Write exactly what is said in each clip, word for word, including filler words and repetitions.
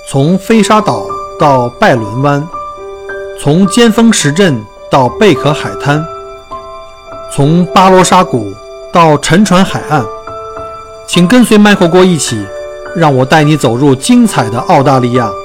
从飞沙岛到拜伦湾，从尖峰石镇到贝壳海滩，从巴罗沙谷到沉船海岸，请跟随麦克郭一起，让我带你走入精彩的澳大利亚。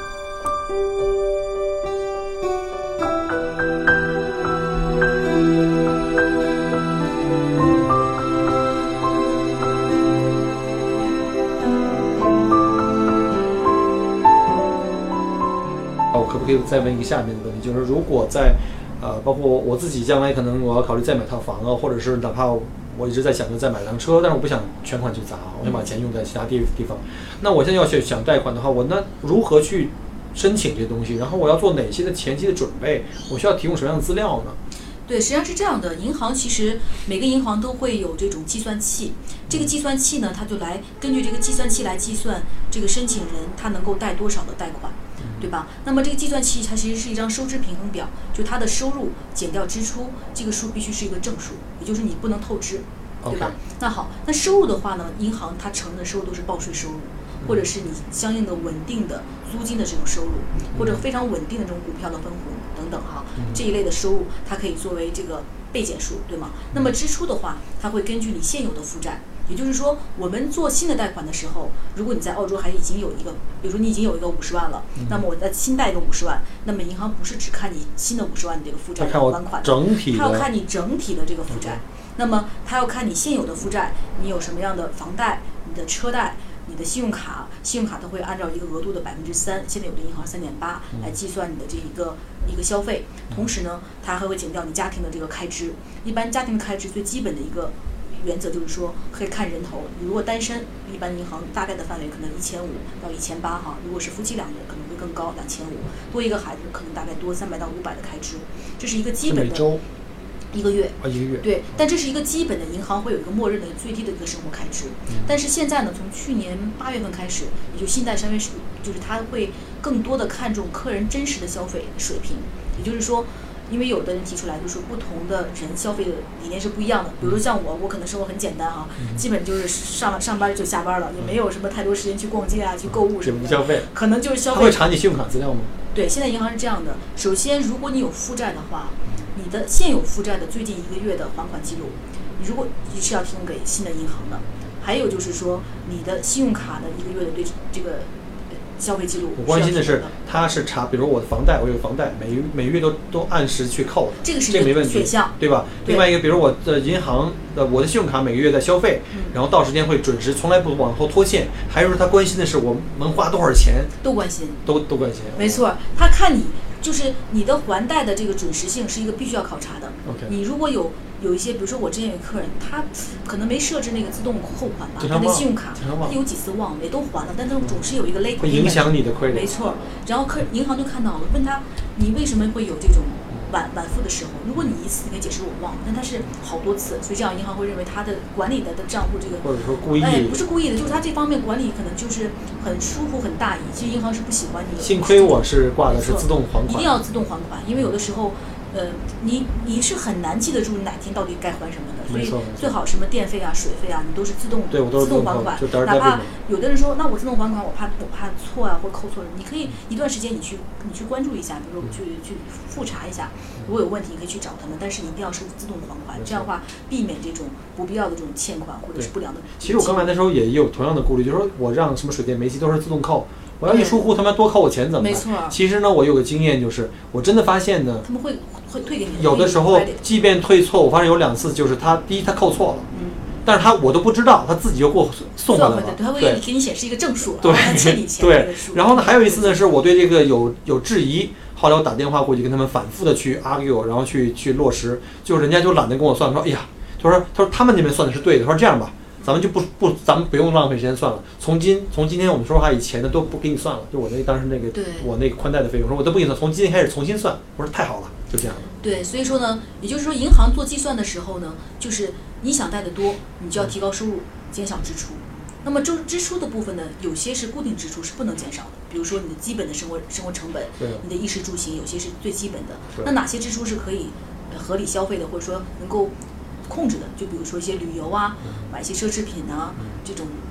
我可不可以再问一个下面的问题，就是如果在呃，包括我自己将来可能我要考虑再买套房啊，或者是哪怕我一直在想着再买辆车，但是我不想全款去砸，我想把钱用在其他地地方。那我现在要去想贷款的话，我那如何去申请这些东西？然后我要做哪些的前期的准备？我需要提供什么样的资料呢？ 对，实际上是这样的，银行其实每个银行都会有这种计算器，这个计算器呢，它就来根据这个计算器来计算这个申请人他能够贷多少的贷款，对吧？那么这个计算器它其实是一张收支平衡表，就它的收入减掉支出，这个数必须是一个正数，也就是你不能透支，对吧？ Okay. 那好，那收入的话呢，银行它承认的收入都是报税收入，或者是你相应的稳定的租金的这种收入，或者非常稳定的这种股票的分红等等哈，这一类的收入它可以作为这个备减数，对吗？那么支出的话，它会根据你现有的负债。也就是说，我们做新的贷款的时候，如果你在澳洲还已经有一个，比如说你已经有一个五十万了，嗯、那么我再新贷一个五十万，那么银行不是只看你新的五十万的这个负债还款， 整体它要看你整体的这个负债。那么它要看你现有的负债，你有什么样的房贷、你的车贷、你的信用卡，信用卡它会按照一个额度的百分之三，现在有的银行三点八来计算你的这一个一个消费。同时呢，它还会减掉你家庭的这个开支。一般家庭开支最基本的一个原则就是说，可以看人头。你如果单身，一般银行大概的范围可能一千五到一千八哈。如果是夫妻两人，可能会更高，两千五。多一个孩子，可能大概多三百到五百的开支。这是一个基本的。 每周。 一个月啊，一个月对，但这是一个基本的，银行会有一个默认的最低的一个生活开支。嗯、但是现在呢，从去年八月份开始，也就信贷商业是，就是它会更多的看重客人真实的消费水平。也就是说，因为有的人提出来，就是不同的人消费的理念是不一样的。比如说像我，我可能生活很简单哈、嗯，基本就是上了上班就下班了，也没有什么太多时间去逛街啊、去购物什么的。 消费可能就是消费。 他会查你信用卡资料吗？ 对，现在银行是这样的。首先，如果你有负债的话，你的现有负债的最近一个月的还款记录，你如果你是要提供给新的银行的。还有就是说，你的信用卡的一个月的对这个消费记录。 我关心的是，他是查，比如我的房贷，我有房贷，每每月都都按时去扣的， 这个是这个没问题， 选项对吧？ 对。 另外一个，比如我的银行的我的信用卡每个月在消费， 嗯、 然后到时间会准时，从来不往后拖欠。还有说他关心的是我能花多少钱， 都关心， 都都关心。 没错，他看你。就是你的还贷的这个准时性是一个必须要考察的。 Okay. 你如果有有一些，比如说我之前有客人，他可能没设置那个自动后款吧，他的信用卡他有几次忘了，也都还了，但是总是有一个 late payment， 会影响你的亏。 没错，然后客银行就看到了，问他你为什么会有这种晚晚付的时候？如果你一次你可以解释我忘了，但他是好多次，所以这样银行会认为他的管理的的账户这个， 或者说故意， 哎，不是故意的，就是他这方面管理可能就是很疏忽、很大意。其实银行是不喜欢你的。 幸亏我是挂的是自动还款， 一定要自动还款，因为有的时候，呃，你你是很难记得住哪天到底该还什么的，所以最好什么电费啊、水费啊，你都是自动对我都是自动还款。哪怕有的人说，那我自动还款，我怕我怕错啊或扣错了，你可以一段时间你去你去关注一下，比如说去去复查一下。如果有问题，你可以去找他们，但是你一定要是自动还款，这样的话避免这种不必要的这种欠款或者是不良的。 其实我刚来的时候也有同样的顾虑，就是说我让什么水电煤气都是自动扣，我要一疏忽，他们多扣我钱怎么办？ 没错。 其实呢，我有个经验，就是我真的发现呢， 他们会会退给你。 有的时候，即便退错，我发现有两次，就是他第一他扣错了， 嗯， 但是他我都不知道，他自己就给我送回来了， 他会给你显示一个正数， 对， 他欠你钱对。然后呢，还有一次呢，是我对这个有有质疑。后来我打电话过去跟他们反复的去 argue， 然后去去落实，就人家就懒得跟我算，说哎呀，他说他说他们那边算的是对的，他说这样吧，咱们就不不咱们不用浪费时间算了，从今从今天我们说话以前的都不给你算了，就我那当时那个我那个宽带的费用，说我都不给你算，从今天开始重新算，我说太好了，就这样的。 对，所以说呢，也就是说银行做计算的时候呢，就是你想贷的多，你就要提高收入，减少支出。那么支支出的部分呢，有些是固定支出，是不能减少的。比如说你的基本的生活生活成本，你的衣食住行，有些是最基本的。那哪些支出是可以合理消费的，或者说能够控制的？就比如说一些旅游啊，买一些奢侈品啊，这种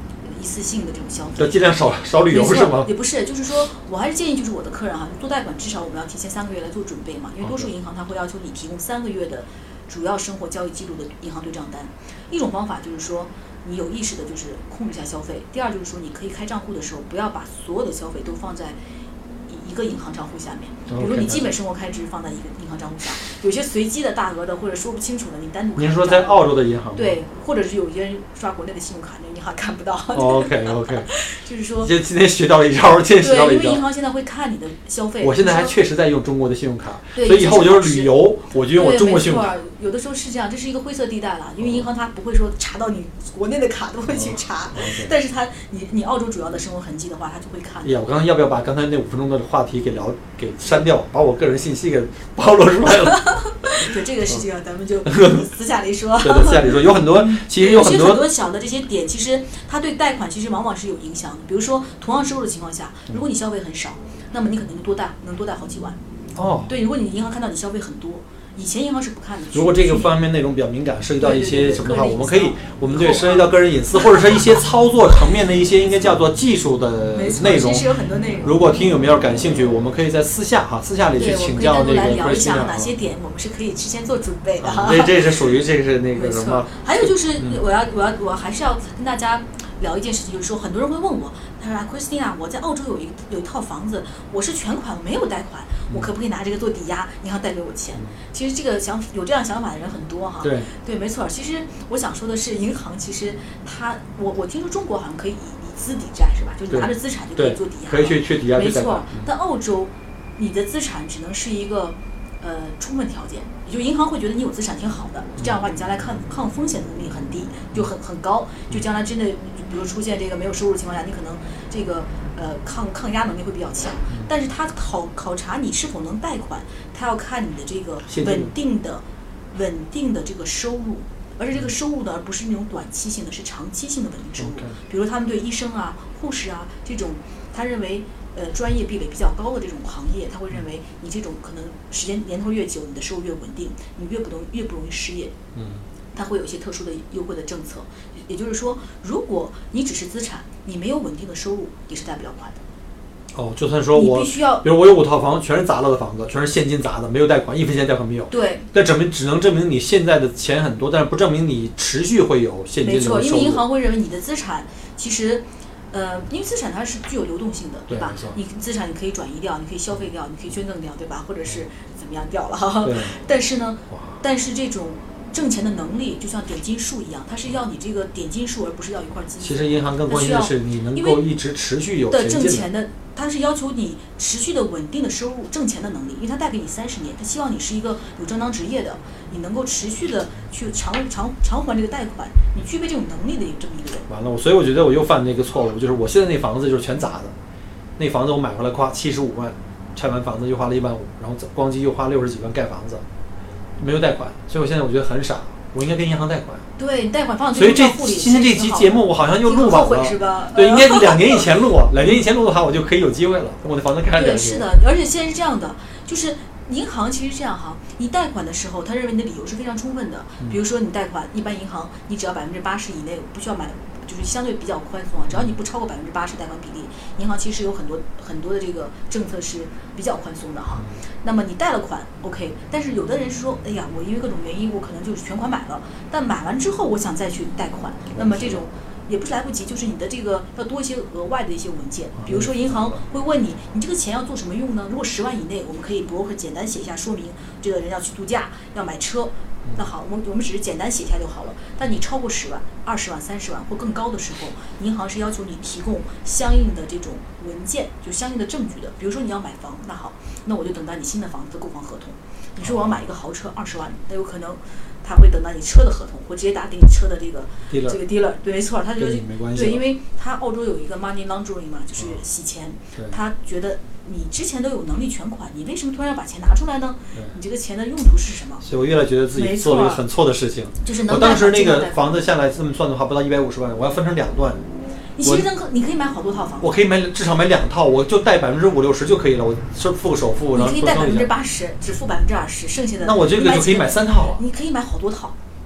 一次性的这种消费， 就尽量少少旅游是吗？ 也不是，就是说我还是建议就是我的客人哈，做贷款至少我们要提前三个月来做准备嘛，因为多数银行它会要求你提供三个月的主要生活交易记录的银行对账单。一种方法就是说你有意识的就是控制一下消费，第二就是说你可以开账户的时候不要把所有的消费都放在一个银行账户下面，比如说你基本生活开支放在一个银行账户下，有些随机的大额的或者说不清楚的，你单独。 您说在澳洲的银行？ 对，或者是有些人刷国内的信用卡，那个银行看不到。 OK OK， 就是说， 今今天学到了一招，今天学到了一招。 对，因为银行现在会看你的消费。 我现在还确实在用中国的信用卡， 所以以后我就是旅游，我就用我中国信用卡。 有的时候是这样，这是一个灰色地带了，因为银行它不会说查到你国内的卡都会去查， 哦 okay， 但是它你你澳洲主要的生活痕迹的话，它就会看。 哎呀，我刚刚要不要把刚才那五分钟的话题给聊给删掉，把我个人信息给暴露出来了？ 对这个事情啊，咱们就私下里说。 对，私下里说，有很多，其实有很多很多小的这些点，其实它对贷款其实往往是有影响的。比如说，同样收入的情况下，如果你消费很少，那么你可能就多贷能多贷好几万。 哦。 对，如果你银行看到你消费很多。以前银行是不看的。 如果这个方面内容比较敏感，涉及到一些什么的话，我们可以，我们对涉及到个人隐私，或者是一些操作层面的一些应该叫做技术的内容。 是有很多内容。 如果听友们要是感兴趣，我们可以在私下哈，私下里去请教那个 Christina。 来聊一下哪些点我们是可以提前做准备的。 这这是属于这是那个什么？ 还有就是我要我要我还是要跟大家聊一件事情，就是说很多人会问我，他说啊 Christina， 我在澳洲有一有一套房子，我是全款，我没有贷款，我可不可以拿这个做抵押，银行贷给我钱？其实这个想有这样想法的人很多哈。 对对，没错。其实我想说的是，银行其实它，我我听说中国好像可以以以资抵债是吧？就拿着资产就可以做抵押， 可以去去抵押。 没错。但澳洲，你的资产只能是一个呃充分条件。就银行会觉得你有资产挺好的，这样的话你将来抗抗风险能力很低，就很很高，就将来真的，比如出现这个没有收入的情况下，你可能这个呃抗抗压能力会比较强。但是它考考察你是否能贷款，它要看你的这个稳定的稳定的这个收入，而且这个收入呢，而不是那种短期性的，是长期性的稳定收入。比如他们对医生啊、护士啊这种，他认为。呃，专业壁垒比较高的这种行业，他会认为你这种可能时间年头越久，你的收入越稳定，你越不容越不容易失业。 嗯， 他会有一些特殊的优惠的政策。也就是说，如果你只是资产，你没有稳定的收入，你是贷不了款的。 哦，就算说我， 你必须要， 比如我有五套房，全是砸了的房子，全是现金砸的，没有贷款，一分钱贷款没有。 对。 但证明只能证明你现在的钱很多，但是不证明你持续会有现金的收入。 没错，因为银行会认为你的资产其实。呃，因为资产它是具有流动性的，对吧？你资产你可以转移掉，你可以消费掉，你可以捐赠掉，对吧？或者是怎么样掉了哈。但是呢，但是这种挣钱的能力就像点金术一样，它是要你这个点金术，而不是要一块金子。 其实银行更关心的是你能够一直持续有的挣钱的，它是要求你持续的稳定的收入、挣钱的能力，因为它贷给你三十年，它希望你是一个有正当职业的，你能够持续的去偿偿偿还这个贷款，你具备这种能力的这么一个人。 完了，所以我觉得我又犯那个错误，就是我现在那房子就是全砸的，那房子我买回来花七十五万，拆完房子又花了一万五，然后光机又花六十几万盖房子，没有贷款，所以我现在我觉得很傻。我应该跟银行贷款。 对，你贷款放在所以这今天这期节目我好像又录晚了， 是吧？ 对，应该两年以前录，两年以前录的话，我就可以有机会了。我的房子开了两年。 对，是的，而且现在是这样的，就是银行其实这样哈，你贷款的时候，他认为你的理由是非常充分的。比如说你贷款，一般银行你只要百分之八十以内不需要买。就是相对比较宽松啊，只要你不超过百分之八十贷款比例，银行其实有很多很多的这个政策是比较宽松的哈。那么你贷了款 ，OK， 但是有的人是说，哎呀，我因为各种原因，我可能就是全款买了，但买完之后我想再去贷款，那么这种也不是来不及，就是你的这个要多一些额外的一些文件，比如说银行会问你，你这个钱要做什么用呢？如果十万以内，我们可以 broker 简单写一下说明，这个人要去度假，要买车。那好，我们我们只是简单写一下就好了。但你超过十万、二十万、三十万或更高的时候，银行是要求你提供相应的这种文件，就相应的证据的。比如说你要买房，那好，那我就等待你新的房子的购房合同。你说我要买一个豪车二十万，那有可能他会等到你车的合同，或直接打给你车的这个 dealer, 这个 dealer， 对，没错，他就对， 因为他澳洲有一个 money laundering 嘛，就是洗钱， 哦、 他觉得。你之前都有能力全款，你为什么突然要把钱拿出来呢？你这个钱的用途是什么？ 所以我越来觉得自己做了一个很错的事情。 就是能我当时那个房子下来这么算的话，不到一百五十万，我要分成两段。 你其实能，你可以买好多套房子。 我可以买至少买两套，我就贷百分之五六十就可以了，我是付个首付，然后你可以贷百分之八十，只付百分之二十，剩下的那我这个就可以买三套了。 你可以买好多套。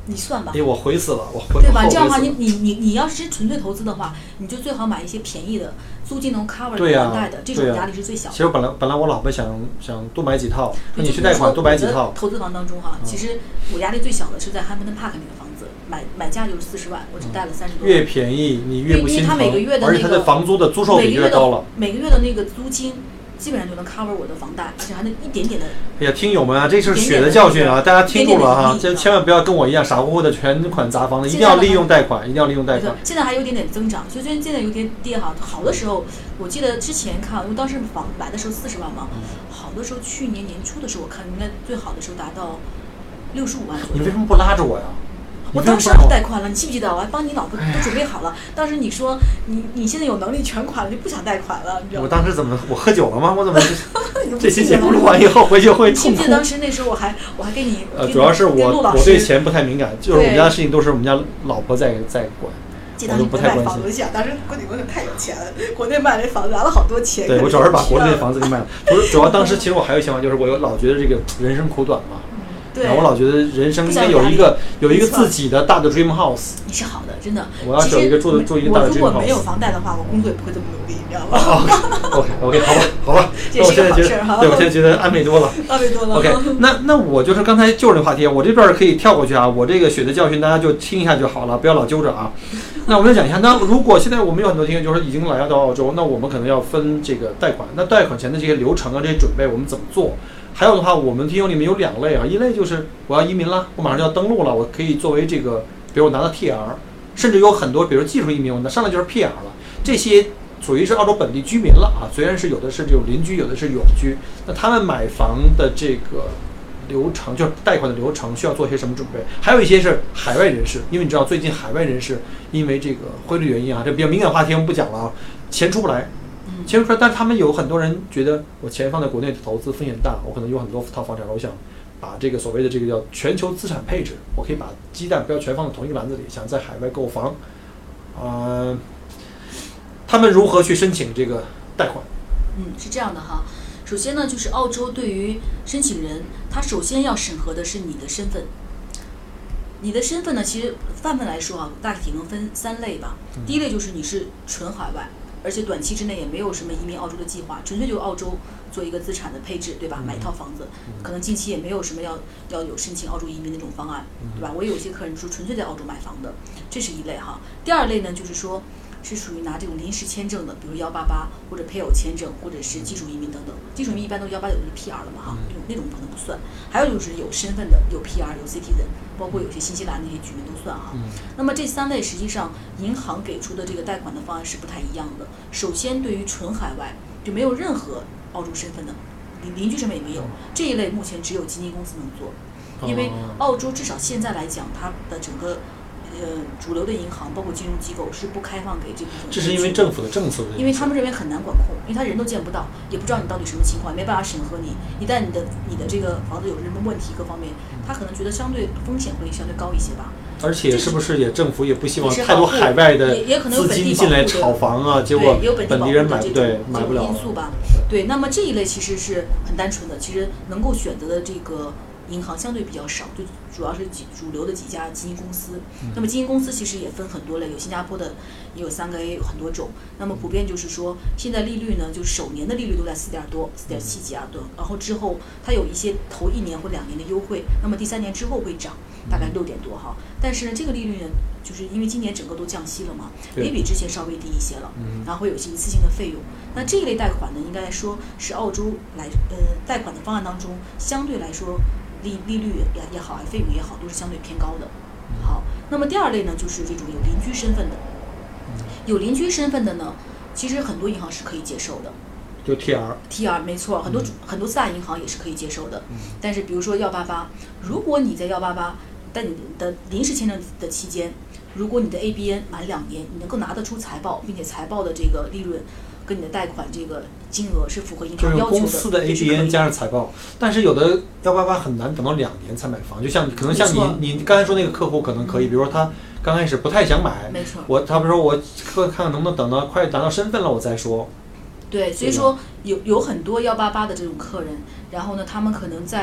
你算吧。 哎，我悔死了，我悔对吧？这样的话， 你你你你你要是纯粹投资的话，你就最好买一些便宜的，租金能 cover 对呀、 还贷的，这种压力是最小的。 其实本来本来我老婆想想多买几套， 对你去贷款多买几套。 投资房当中哈、啊，其实我压力最小的是在汉密顿 Park 那个房子，买买价就是四十万，我只贷了三十多万。 越便宜你越不心疼， 因为它每个月的、那个、 而且它的房租的租售比越高了。 每个月的那个租金。基本上就能 cover 我的房贷，而且还能一点点的。 哎呀，听友们啊，这是血的教训啊！大家听住了哈，这千万不要跟我一样傻乎乎的全款砸房子，一定要利用贷款，一定要利用贷款。 现在还有点点增长，所以虽然现在有点跌哈。好的时候，我记得之前看，因为当时房买的时候四十万嘛，好的时候去年年初的时候，我看应该最好的时候达到六十五万左右。 你为什么不拉着我呀？ 我当时还贷款了，你记不记得？我还帮你老婆都准备好了。当时你说你你现在有能力全款了，就不想贷款了，你知道吗？ 我当时怎么我喝酒了吗？我怎么这期节目录完以后回去会痛哭？ 记不记得当时那时候我还我还给你呃，主要是我我对钱不太敏感，就是我们家的事情都是我们家老婆在在管。 我都不太关心。当时国内国内太有钱了，国内卖那房子拿了好多钱。 对，我主要是把国内的房子给卖了。不是，主要当时其实我还有想法，就是我老觉得这个人生苦短嘛。然后我老觉得人生应该有一个有一个自己的大的 dream house。 你是好的，真的。 我要有一个住住一个大的 dream house。 我如果没有房贷的话，我工作也不会这么努力，你知道吗 ？OK OK， 好吧好吧。 这是个好事哈。 对，我现在觉得安慰多了。 安慰多了。 OK， 那那我就是刚才就是那话题，我这边可以跳过去啊。我这个血的教训大家就听一下就好了，不要老揪着啊。那我们再讲一下，那如果现在我们有很多听友就是已经来到澳洲，那我们可能要分这个贷款，那贷款前的这些流程啊，这些准备我们怎么做？还有的话，我们听友里面有两类啊，一类就是我要移民了，我马上就要登陆了，我可以作为这个，比如我拿到 T R， 甚至有很多，比如技术移民，我上来就是 P R 了，这些属于是澳洲本地居民了啊。虽然是有的是有邻居，有的是永居，那他们买房的这个流程，就是贷款的流程，需要做些什么准备？还有一些是海外人士，因为你知道最近海外人士因为这个汇率原因啊，这比较敏感话题我们不讲了啊，钱出不来。钱出来，但是他们有很多人觉得我钱放在国内投资风险大，我可能有很多套房产，我想把这个所谓的这个叫全球资产配置，我可以把鸡蛋不要全放在同一个篮子里，想在海外购房，呃，他们如何去申请这个贷款？ 嗯，是这样的哈。首先呢，就是澳洲对于申请人，他首先要审核的是你的身份。你的身份呢，其实泛泛来说啊，大体能分三类吧。第一类就是你是纯海外。而且短期之内也没有什么移民澳洲的计划，纯粹就澳洲做一个资产的配置，对吧？买一套房子，可能近期也没有什么要要有申请澳洲移民那种方案，对吧？我也有些客人说纯粹在澳洲买房的，这是一类哈。第二类呢，就是说是属于拿这种临时签证的，比如幺八八或者配偶签证，或者是技术移民等等。技术移民一般都幺八九是 P R 了嘛哈，那种那种可能不算。还有就是有身份的，有 P R 有 Citizen， 包括有些新西兰那些居民都算哈。那么这三类实际上银行给出的这个贷款的方案是不太一样的。首先，对于纯海外就没有任何澳洲身份的，邻邻居身份也没有，这一类目前只有基金公司能做，因为澳洲至少现在来讲，它的整个呃主流的银行包括金融机构是不开放给这部分。 这是因为政府的政策的。 因为他们认为很难管控，因为他人都见不到，也不知道你到底什么情况，没办法审核你。一旦你的你的这个房子有什么问题，各方面，他可能觉得相对风险会相对高一些吧。 而且是不是也政府也不希望太多海外的资金进来炒房啊？结果本地人买不对，买不了。 因素吧，对。那么这一类其实是很单纯的，其实能够选择的这个银行相对比较少，就主要是几主流的几家基金公司。那么基金公司其实也分很多类，有新加坡的，也有三个 A， 有很多种。那么普遍就是说，现在利率呢，就是首年的利率都在四点多、四点七几啊多，然后之后它有一些头一年或两年的优惠，那么第三年之后会涨。大概六点多哈，但是呢，这个利率呢，就是因为今年整个都降息了嘛，也比之前稍微低一些了，然后会有一些一次性的费用。那这一类贷款呢，应该说是澳洲来呃贷款的方案当中，相对来说利利率也也好，费用也好，都是相对偏高的。好，那么第二类呢，就是这种有邻居身份的，有邻居身份的呢，其实很多银行是可以接受的。 就 T R T R 没错，很多、嗯、很多四大银行也是可以接受的。嗯、但是比如说幺八八，如果你在幺八八，在你的临时签证的期间，如果你的 A B N 满两年，你能够拿得出财报，并且财报的这个利润跟你的贷款这个金额是符合银行要求的， 就是公司的 A B N 加上财报。但是有的幺八八很难等到两年才买房，就像可能像你你刚才说那个客户可能可以，嗯、比如说他刚开始不太想买， 没错， 我他比如说我看看能不能等到快拿到身份了我再说。 对，所以说有有很多幺八八的这种客人，然后呢，他们可能在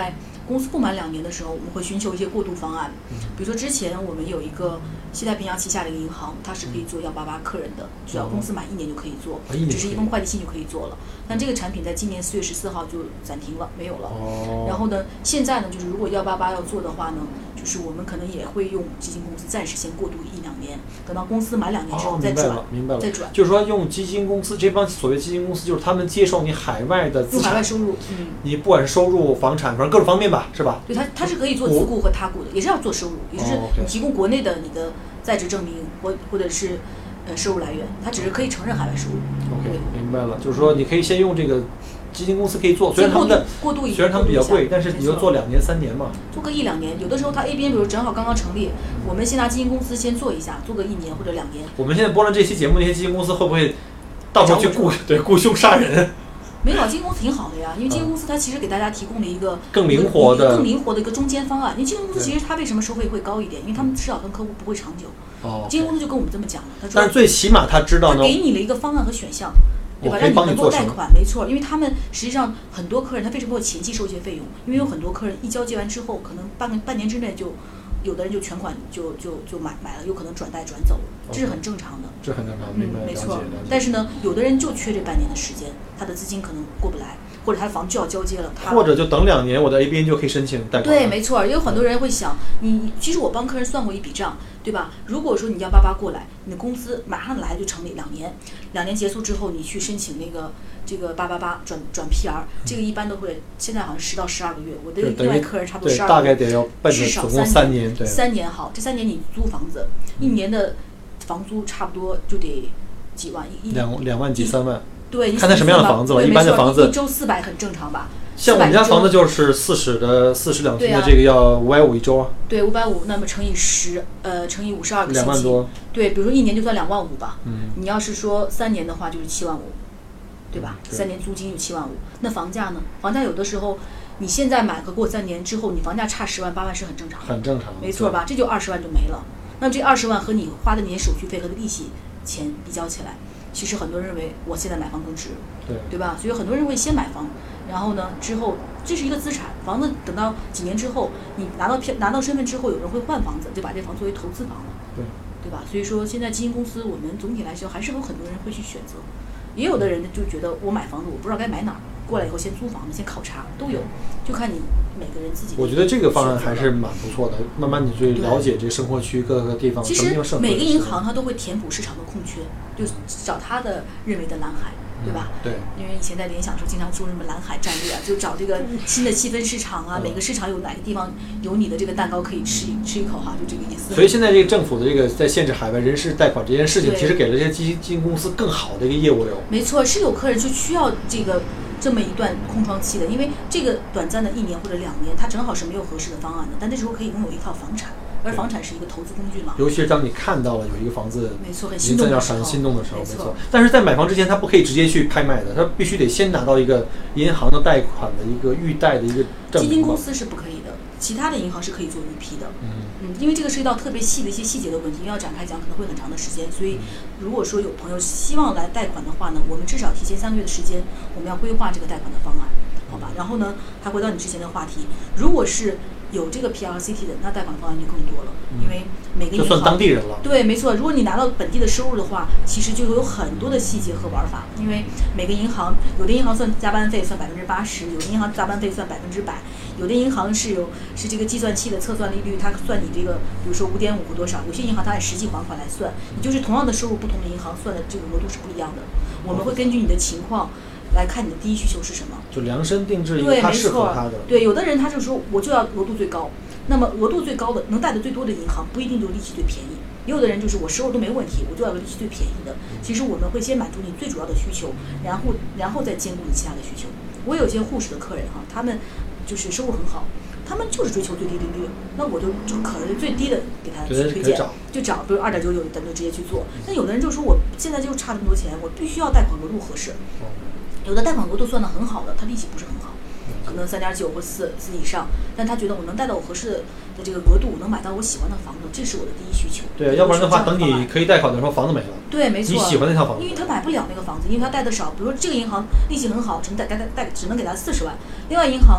公司不满两年的时候，我们会寻求一些过渡方案。比如说之前我们有一个西太平洋旗下的一个银行，它是可以做幺八八客人的，只要公司满一年就可以做，只是一封快递信就可以做了。但这个产品在今年四月十四号就暂停了，没有了。然后呢，现在呢，就是如果幺八八要做的话呢，就是我们可能也会用基金公司暂时先过渡一两年，等到公司满两年之后再转， 哦、明白了， 再转。 就是说用基金公司这帮所谓基金公司，就是他们接受你海外的资产， 海外收入，嗯， 你不管是收入、房产，反正各种方面吧，是吧？ 对，它它是可以做自雇和他雇的，也是要做收入，也就是你提供国内的你的在职证明或或者是呃收入来源，它只是可以承认海外收入。 OK， 明白了，就是说你可以先用这个。基金公司可以做，虽然他们的过渡虽然他们比较贵，但是你就做两年三年嘛， 做个一两年。有的时候它 A B N 比如正好刚刚成立，我们先拿基金公司先做一下，做个一年或者两年。 我们现在播了这期节目，那些基金公司会不会到时候去雇对雇凶杀人？ 没有，基金公司挺好的呀，因为基金公司它其实给大家提供了一个更灵活的、 更灵活的一个中间方案。因为基金公司其实它为什么收费会高一点？因为他们至少跟客户不会长久。 哦， 基金公司就跟我们这么讲了，他说， 但是最起码他知道呢， 他给你了一个方案和选项。对吧？让你能够贷款，没错，因为他们实际上很多客人他为什么会前期收一些费用？因为有很多客人一交接完之后，可能半个半年之内就，有的人就全款就就就买买了，有可能转贷转走了，这是很正常的。 这很正常，明白， 嗯，没错。但是呢，有的人就缺这半年的时间，他的资金可能过不来，或者他的房就要交接了，他或者就等两年，我的 A B N 就可以申请贷款。 对，没错。也有很多人会想，你其实我帮客人算过一笔账。对吧？如果说你要八八过来，你的公司马上来就成立两年，两年结束之后，你去申请那个这个八八八转转 P R， 这个一般都会现在好像十到十二个月，我的另外客人差不多十二个月， 大概得要至少三年，对， 三年好，这三年你租房子，一年的房租差不多就得几万，一两两万几三万， 对， 看他什么样的房子了，一般的房子一周四百很正常吧。 像我们家房子就是四室的四室两厅的，这个要五百五一周啊。 对，五百五，那么乘以十，呃，乘以五十二个星期， 两万多。 对，比如说一年就算两万五吧。 嗯。 你要是说三年的话，就是七万五，对吧？ 对三年租金就七万五。那房价呢？房价有的时候，你现在买和过三年之后，你房价差十万八万是很正常的。 很正常。 没错吧？这就二十万就没了。那这二十万和你花的那些手续费和利息钱比较起来，其实很多人认为我现在买房更值， 对对吧？所以很多人会先买房。然后呢，之后这是一个资产，房子等到几年之后，你拿到票拿到身份之后，有人会换房子，就把这房作为投资房了， 对， 对吧？所以说现在基金公司我们总体来说还是有很多人会去选择，也有的人就觉得我买房子我不知道该买哪儿，过来以后先租房子先考察都有，就看你每个人自己的。 我觉得这个方案还是蛮不错的，慢慢你去了解这个生活区各个地方。 其实每个银行它都会填补市场的空缺，就找它的认为的蓝海。对吧？ 对， 因为以前在联想时候经常说什么蓝海战略啊，就找这个新的细分市场啊， 嗯、 每个市场有哪个地方有你的这个蛋糕可以吃一吃一口哈，就这个意思。 所以现在这个政府的这个在限制海外人士贷款这件事情，其实给了这些基金公司更好的一个业务流。 没错，是有客人就需要这个这么一段空窗期的，因为这个短暂的一年或者两年，它正好是没有合适的方案的，但那时候可以拥有一套房产。而房产是一个投资工具嘛， 尤其是当你看到了有一个房子， 没错，很心动的时候， 很心动的时候，没错。但是在买房之前，他不可以直接去拍卖的，他必须得先拿到一个银行的贷款的一个预贷的一个证明。 基金公司是不可以的，其他的银行是可以做预批的。 嗯嗯，因为这个涉及到特别细的一些细节的问题，要展开讲可能会很长的时间。所以，如果说有朋友希望来贷款的话呢，我们至少提前三个月的时间，我们要规划这个贷款的方案，好吧？然后呢，还回到你之前的话题，如果是有这个 P R C T 的，那贷款方案就更多了，因为每个银行就算当地人了。 对，没错。如果你拿到本地的收入的话，其实就有很多的细节和玩法。因为每个银行，有的银行算加班费算百分之八十，有的银行加班费算百分之百，有的银行是有是这个计算器的测算利率，它算你这个，比如说五点五或多少。有些银行它按实际还款来算，你就是同样的收入，不同的银行算的这个额度是不一样的。我们会根据你的情况来看你的第一需求是什么， 就量身定制一个它适合他的。 对，有的人他就说我就要额度最高，那么额度最高的能贷的最多的银行不一定就利息最便宜。也有的人就是我收入都没问题，我就要个利息最便宜的。其实我们会先满足你最主要的需求，然后然后再兼顾你其他的需求。我有些护士的客人哈，他们就是收入很好，他们就是追求最低利率，那我就就可能最低的给他推荐，就找比如二点九九，咱就直接去做。那有的人就说我现在就差这么多钱，我必须要贷款额度合适。有的贷款额度算得很好的，他利息不是很好，可能三点九或四四以上，但他觉得我能贷到我合适的的这个额度，我能买到我喜欢的房子，这是我的第一需求。 对，要不然的话，等你可以贷款的时候，房子没了。 对，没错。 你喜欢那套房子， 因为他买不了那个房子，因为他贷的少。比如说这个银行利息很好，只能贷贷贷只能给他四十万，另外银行这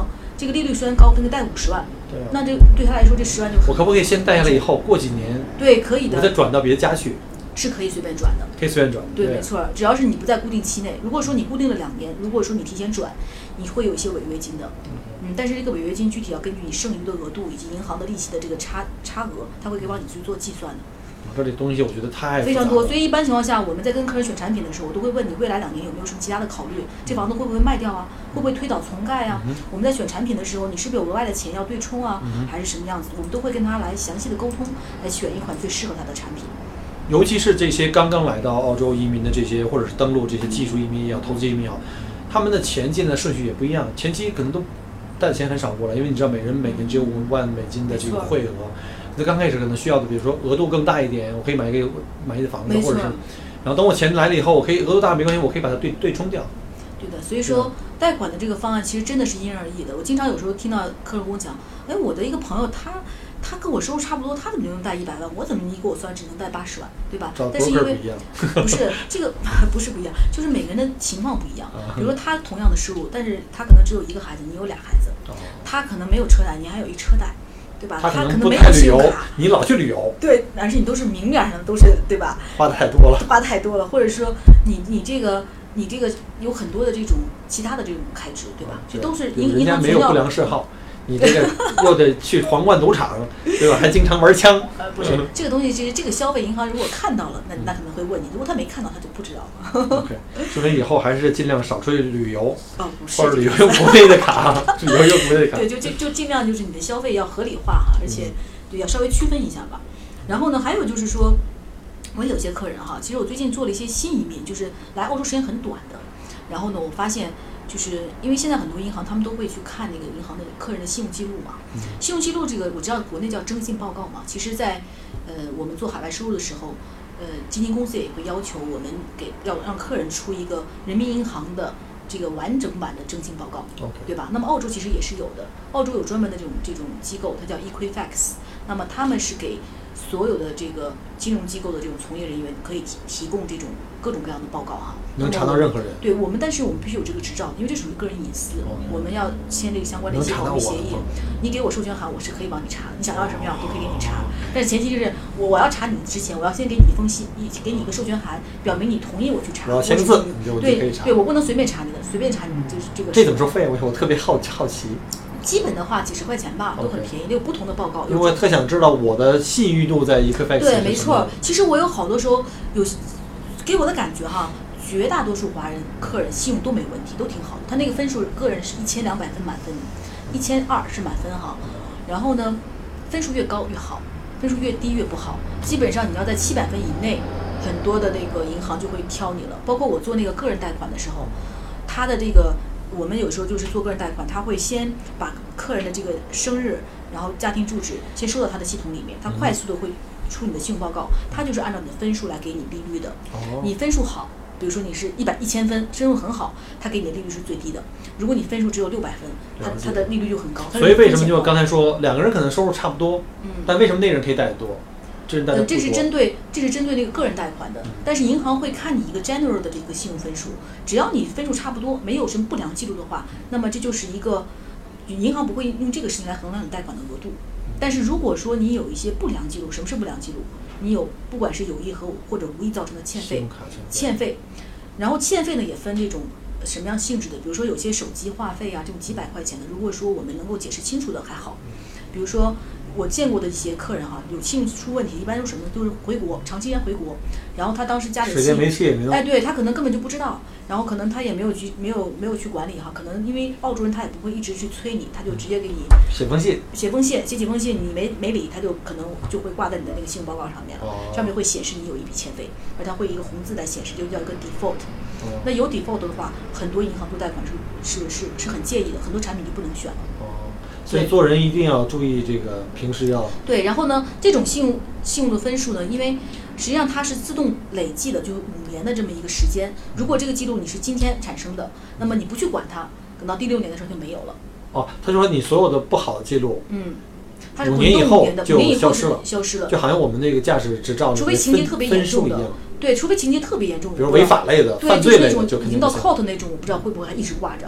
这个利率虽然高，但是贷五十万， 对啊， 那这对他来说这十万就我可不可以先贷下来以后，过几年对可以的， 我再转到别的家去？ 是可以随便转的， 可以随便转。 对，没错，只要是你不在固定期内。如果说你固定了两年，如果说你提前转，你会有一些违约金的。嗯，但是这个违约金具体要根据你剩余的额度以及银行的利息的这个差差额，它会给帮你去做计算的。 这里东西我觉得太非常多，所以一般情况下，我们在跟客人选产品的时候，我都会问你未来两年有没有什么其他的考虑，这房子会不会卖掉啊，会不会推倒重盖啊？ 嗯、 我们在选产品的时候，你是不是有额外的钱要对冲啊， 嗯、 还是什么样子？我们都会跟他来详细的沟通，来选一款最适合他的产品。 尤其是这些刚刚来到澳洲移民的这些，或者是登陆这些技术移民也好，投资移民也好，他们的钱进的顺序也不一样，前期可能都带的钱很少过来，因为你知道每人每年只有五万美金的这个汇额，那刚开始可能需要的，比如说额度更大一点，我可以买一个买一个房子，或者是，然后等我钱来了以后，我可以额度大没关系，我可以把它对对冲掉。 对的，所以说贷款的这个方案其实真的是因人而异的。我经常有时候听到客人跟我讲，哎，我的一个朋友他。他跟我收入差不多，他怎么就能贷一百万？我怎么你给我算只能贷八十万，对吧？但是因为不是这个不是不一样，就是每个人的情况不一样。比如说他同样的收入，但是他可能只有一个孩子，你有俩孩子，他可能没有车贷，你还有一车贷，对吧？ 他可能没有信用卡， 你老去旅游， 对，而且你都是明面上都是对吧？ 花太多了， 花太多了，或者说你你这个你这个有很多的这种其他的这种开支，对吧？这都是银银行没有不良嗜好。你这个又得去皇冠赌场，对吧？还经常玩枪。 呃，不是，这个东西其实这个消费银行如果看到了，那那可能会问你；如果他没看到，他就不知道了。 OK， 说明以后还是尽量少出去旅游， 哦，不是， 或者旅游用国内的卡，旅游用国内的卡。 对，就就就尽量就是你的消费要合理化哈，而且对要稍微区分一下吧。然后呢，还有就是说，我有些客人哈，其实我最近做了一些新移民，就是来澳洲时间很短的，然后呢，我发现。就是因为现在很多银行他们都会去看那个银行的客人的信用记录嘛，嗯、信用记录这个我知道国内叫征信报告嘛，其实在呃我们做海外收入的时候，呃基金公司也会要求我们给要让客人出一个人民银行的这个完整版的征信报告， okay. 对吧？那么澳洲其实也是有的，澳洲有专门的这种这种机构，它叫 Equifax， 那么他们是给所有的这个金融机构的这种从业人员可以提提供这种各种各样的报告哈， 能查到任何人。 对我们，但是我们必须有这个执照，因为这属于个人隐私，嗯、我们要签这个相关的一些保密协议。你给我授权函，我是可以帮你查，你想要什么样我都可以给你查。但是前提就是我我要查你之前，我要先给你一封信，一给你一个授权函，表明你同意我去查。 我要签字， 对对，我不能随便查你的，随便查你就是这个。 这怎么收费？我我特别好好奇。 基本的话几十块钱吧，都很便宜，有不同的报告。 因为我特想知道我的信誉度在一个 Equifax。 对，没错。其实我有好多时候有给我的感觉哈，绝大多数华人客人信用都没问题，都挺好的。他那个分数，个人是一千两百分满分，一千二是满分哈。然后呢，分数越高越好，分数越低越不好。基本上你要在七百分以内，很多的那个银行就会挑你了。包括我做那个个人贷款的时候，他的这个。我们有时候就是做个人贷款，他会先把客人的这个生日，然后家庭住址先收到他的系统里面，他快速的会出你的信用报告，他就是按照你的分数来给你利率的。 哦、 你分数好，比如说你是一百一千分，分数很好，他给你的利率是最低的。如果你分数只有六百分，他他的利率就很高。 所以为什么就刚才说两个人可能收入差不多， 嗯， 但为什么那个人可以贷得多？ 呃，这是针对这是针对那个个人贷款的，但是银行会看你一个 general 的这个信用分数，只要你分数差不多，没有什么不良记录的话，那么这就是一个银行不会用这个事情来衡量你贷款的额度。但是如果说你有一些不良记录，什么是不良记录？你有不管是有意和或者无意造成的欠费，欠费，然后欠费呢也分这种什么样性质的，比如说有些手机话费啊这种几百块钱的，如果说我们能够解释清楚的还好，比如说。我见过的一些客人哈，有信用出问题，一般都什么都是回国，长期间回国，然后他当时家里时间没去也没用， 哎，对他可能根本就不知道，然后可能他也没有去没有没有去管理哈，可能因为澳洲人他也不会一直去催你，他就直接给你写封信， 写封信，写几封信，你没没理，他就可能就会挂在你的那个信用报告上面了， 哦、 上面会显示你有一笔欠费，而它会一个红字来显示，就叫一个 default。哦、那有 default 的话，很多银行做贷款是是是是很介意的，很多产品就不能选了。 哦所以做人一定要注意这个，平时要对。然后呢，这种信用信用的分数呢，因为实际上它是自动累计的，就五年的这么一个时间。如果这个记录你是今天产生的，那么你不去管它，等到第六年的时候就没有了。 哦，他说你所有的不好的记录， 嗯，它是五年以后就消失了， 消失了， 就好像我们那个驾驶执照， 除非情节特别严重的，对，除非情节特别严重， 比如违法类的、 对， 犯罪类的， 就已经到 court 那种，我不知道会不会还一直挂着。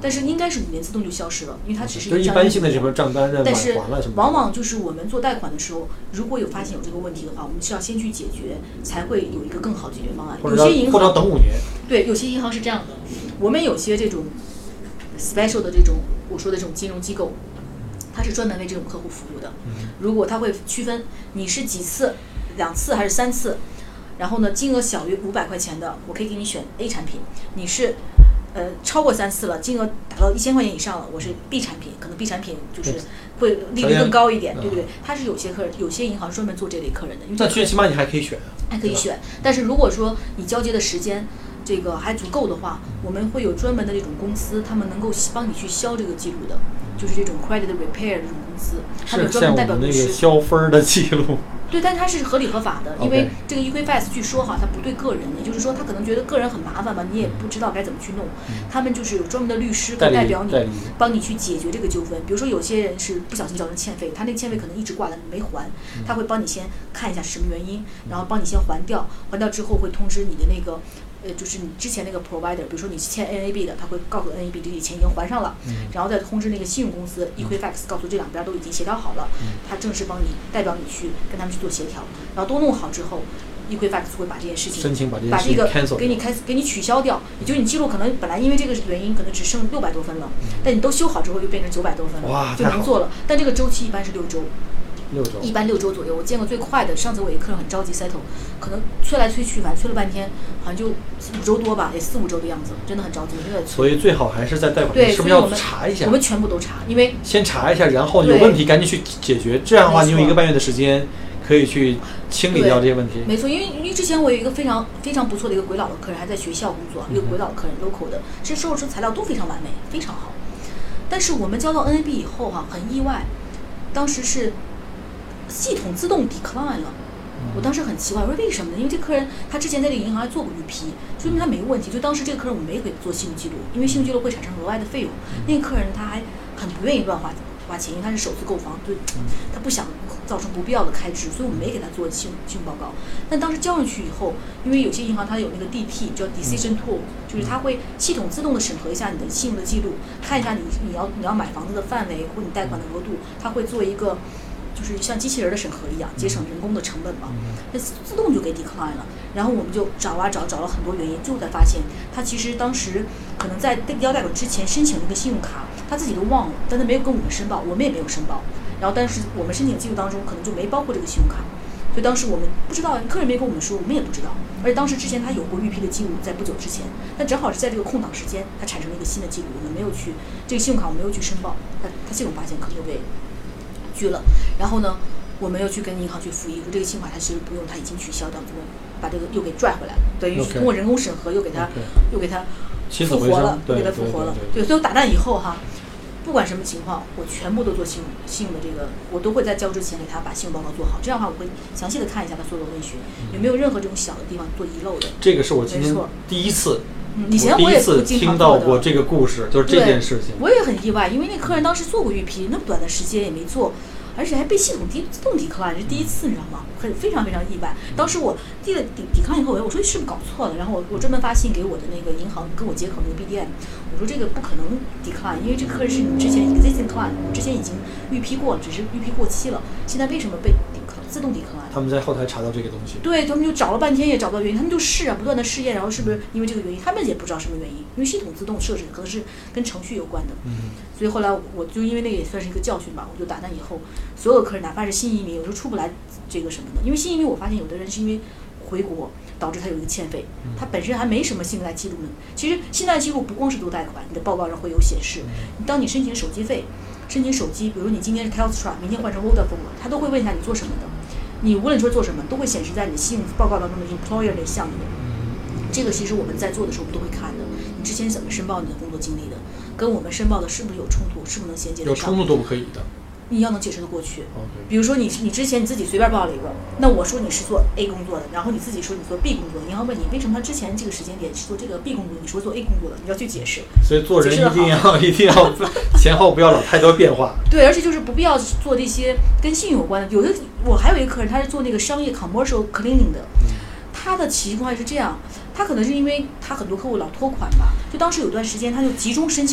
但是应该是五年自动就消失了，因为它只是就一般性的什么账单的但是还了什么。 往往就是我们做贷款的时候，如果有发现有这个问题的话，我们是要先去解决，才会有一个更好的解决方案。有些银行或者要等五年。 对，有些银行是这样的，我们有些这种 special 的这种我说的这种金融机构，它是专门为这种客户服务的。如果它会区分你是几次、两次还是三次，然后呢金额小于五百块钱的，我可以给你选 A 产品；你是呃超过三次了，金额达到一千块钱以上了，我是 B 产品，可能 B 产品就是会利率更高一点，对不对？它是有些客人，有些银行专门做这类客人的。 但最起码你还可以选， 还可以选。但是如果说你交接的时间这个还足够的话，我们会有专门的这种公司，他们能够帮你去消这个记录的，就是这种 credit repair 这种公司，他们有专门代表律师。 是像我们那个消分的记录。 对，但它是合理合法的，因为这个 Equifax 据说哈，它不对个人，也就是说他可能觉得个人很麻烦嘛，你也不知道该怎么去弄，他们就是有专门的律师可以代表你，帮你去解决这个纠纷。比如说有些人是不小心造成欠费，他那个欠费可能一直挂了没还，他会帮你先看一下是什么原因，然后帮你先还掉，还掉之后会通知你的那个。呃，就是你之前那个 provider，比如说你欠 N A B 的，他会告诉 N A B 这笔钱已经还上了， 嗯、 然后再通知那个信用公司 Equifax， 告诉这两边都已经协调好了， 嗯、 他正式帮你代表你去跟他们去做协调，然后都弄好之后 ，Equifax 会把这件事情申请把这把这个给你开给你取消掉，也就是你记录可能本来因为这个原因可能只剩六百多分了，嗯、但你都修好之后又变成九百多分了，就能做了。但这个周期一般是六周。 六周， 一般六周左右。我见过最快的，上次我一个客人很着急 settle， 可能催来催去，反正催了半天，好像就五周多吧，也四五周的样子，真的很着急。 所以最好还是在贷款是不是要查一下？ 我们全部都查，因为先查一下，然后有问题赶紧去解决。这样的话，你有一个半月的时间可以去清理掉这些问题。 没错，因为因为之前我有一个非常非常不错的一个鬼佬的客人，还在学校工作，一个鬼佬的客人 local 的，这收入出材料都非常完美，非常好。但是我们交到 N A B 以后哈、啊，很意外，当时是。系统自动 decline 了，我当时很奇怪，我说为什么呢？因为这客人他之前在这个银行还做过预批，说明他没问题。就当时这个客人我们没给他做信用记录，因为信用记录会产生额外的费用。那个客人他还很不愿意乱花花钱，因为他是首次购房，对，他不想造成不必要的开支，所以我们没给他做信用信用报告。但当时交上去以后，因为有些银行它有那个 D T 叫 Decision Tool， 就是它会系统自动的审核一下你的信用的记录，看一下你你要你要买房子的范围或你贷款的额度，它会做一个。就是像机器人的审核一样，节省人工的成本嘛，那自动就给 decline 了。然后我们就找啊找，找了很多原因，最后才发现他其实当时可能在递交贷款之前申请了一个信用卡，他自己都忘了，但他没有跟我们申报，我们也没有申报。然后但是我们申请记录当中可能就没包括这个信用卡，所以当时我们不知道，客人没跟我们说，我们也不知道。而且当时之前他有过预批的记录，在不久之前，但正好是在这个空档时间，他产生了一个新的记录，我们没有去这个信用卡，我们没有去申报，他他系统发现可能就被拒了，然后呢，我们又去跟银行去复议，说这个信用卡它其实不用，它已经取消掉，怎么把这个又给拽回来了？等于是通过人工审核又给它， okay. 又给它复活了，又给它复活了。对，所以我打蛋以后哈，不管什么情况，我全部都做信用信用的这个，我都会在交之前给他把信用报告做好。这样的话，我会详细的看一下他所有的问询，有没有任何这种小的地方做遗漏的。 这个是我今天第一次。 嗯，以前我也不经听到过这个故事，就是这件事情。 我也很意外，因为那客人当时做过预批，那么短的时间也没做，而且还被系统自动抵抗，是第一次，你知道吗？很非常非常意外。当时我递了抵抵抗以后，我说是不是搞错了？然后我我专门发信给我的那个银行，跟我接口那个 B D M， 我说这个不可能抵抗，因为这个客人是你之前 existing client， 我之前已经预批过了，只是预批过期了，现在为什么被抵抗？自动抵抗啊！ 他们在后台查到这个东西， 对他们就找了半天也找不到原因，他们就试啊，不断的试验，然后是不是因为这个原因，他们也不知道什么原因，因为系统自动设置可能是跟程序有关的。 嗯， 所以后来我就因为那个也算是一个教训吧，我就打算以后所有客人，哪怕是新移民，有时候出不来这个什么的，因为新移民我发现有的人是因为回国导致他有一个欠费，他本身还没什么信贷记录呢。其实信贷记录不光是做贷款，你的报告上会有显示，当你申请手机费。申请手机，比如你今天是 Telstra， 明天换成 Vodafone 了，他都会问一下你做什么的。你无论说做什么，都会显示在你的信用报告当中的 employer 那项里面。这个其实我们在做的时候，我们都会看的。你之前怎么申报你的工作经历的，跟我们申报的是不是有冲突，是不是能衔接得上？ 有冲突都不可以的。 你要能解释得过去。 Okay. 比如说你你之前你自己随便报了一个，那我说你是做 A 工作的，然后你自己说你做 B 工作的，银行问你为什么他之前这个时间点是做这个 B 工作，你说做 A 工作的，你要去解释。 所以做人一定要一定要前后不要老太多变化。 对，而且就是不必要做这些跟信用有关的。有的我还有一个客人，他是做那个商业 commercial cleaning 的，他的情况是这样，他可能是因为他很多客户老拖款吧，就当时有段时间他就集中申请了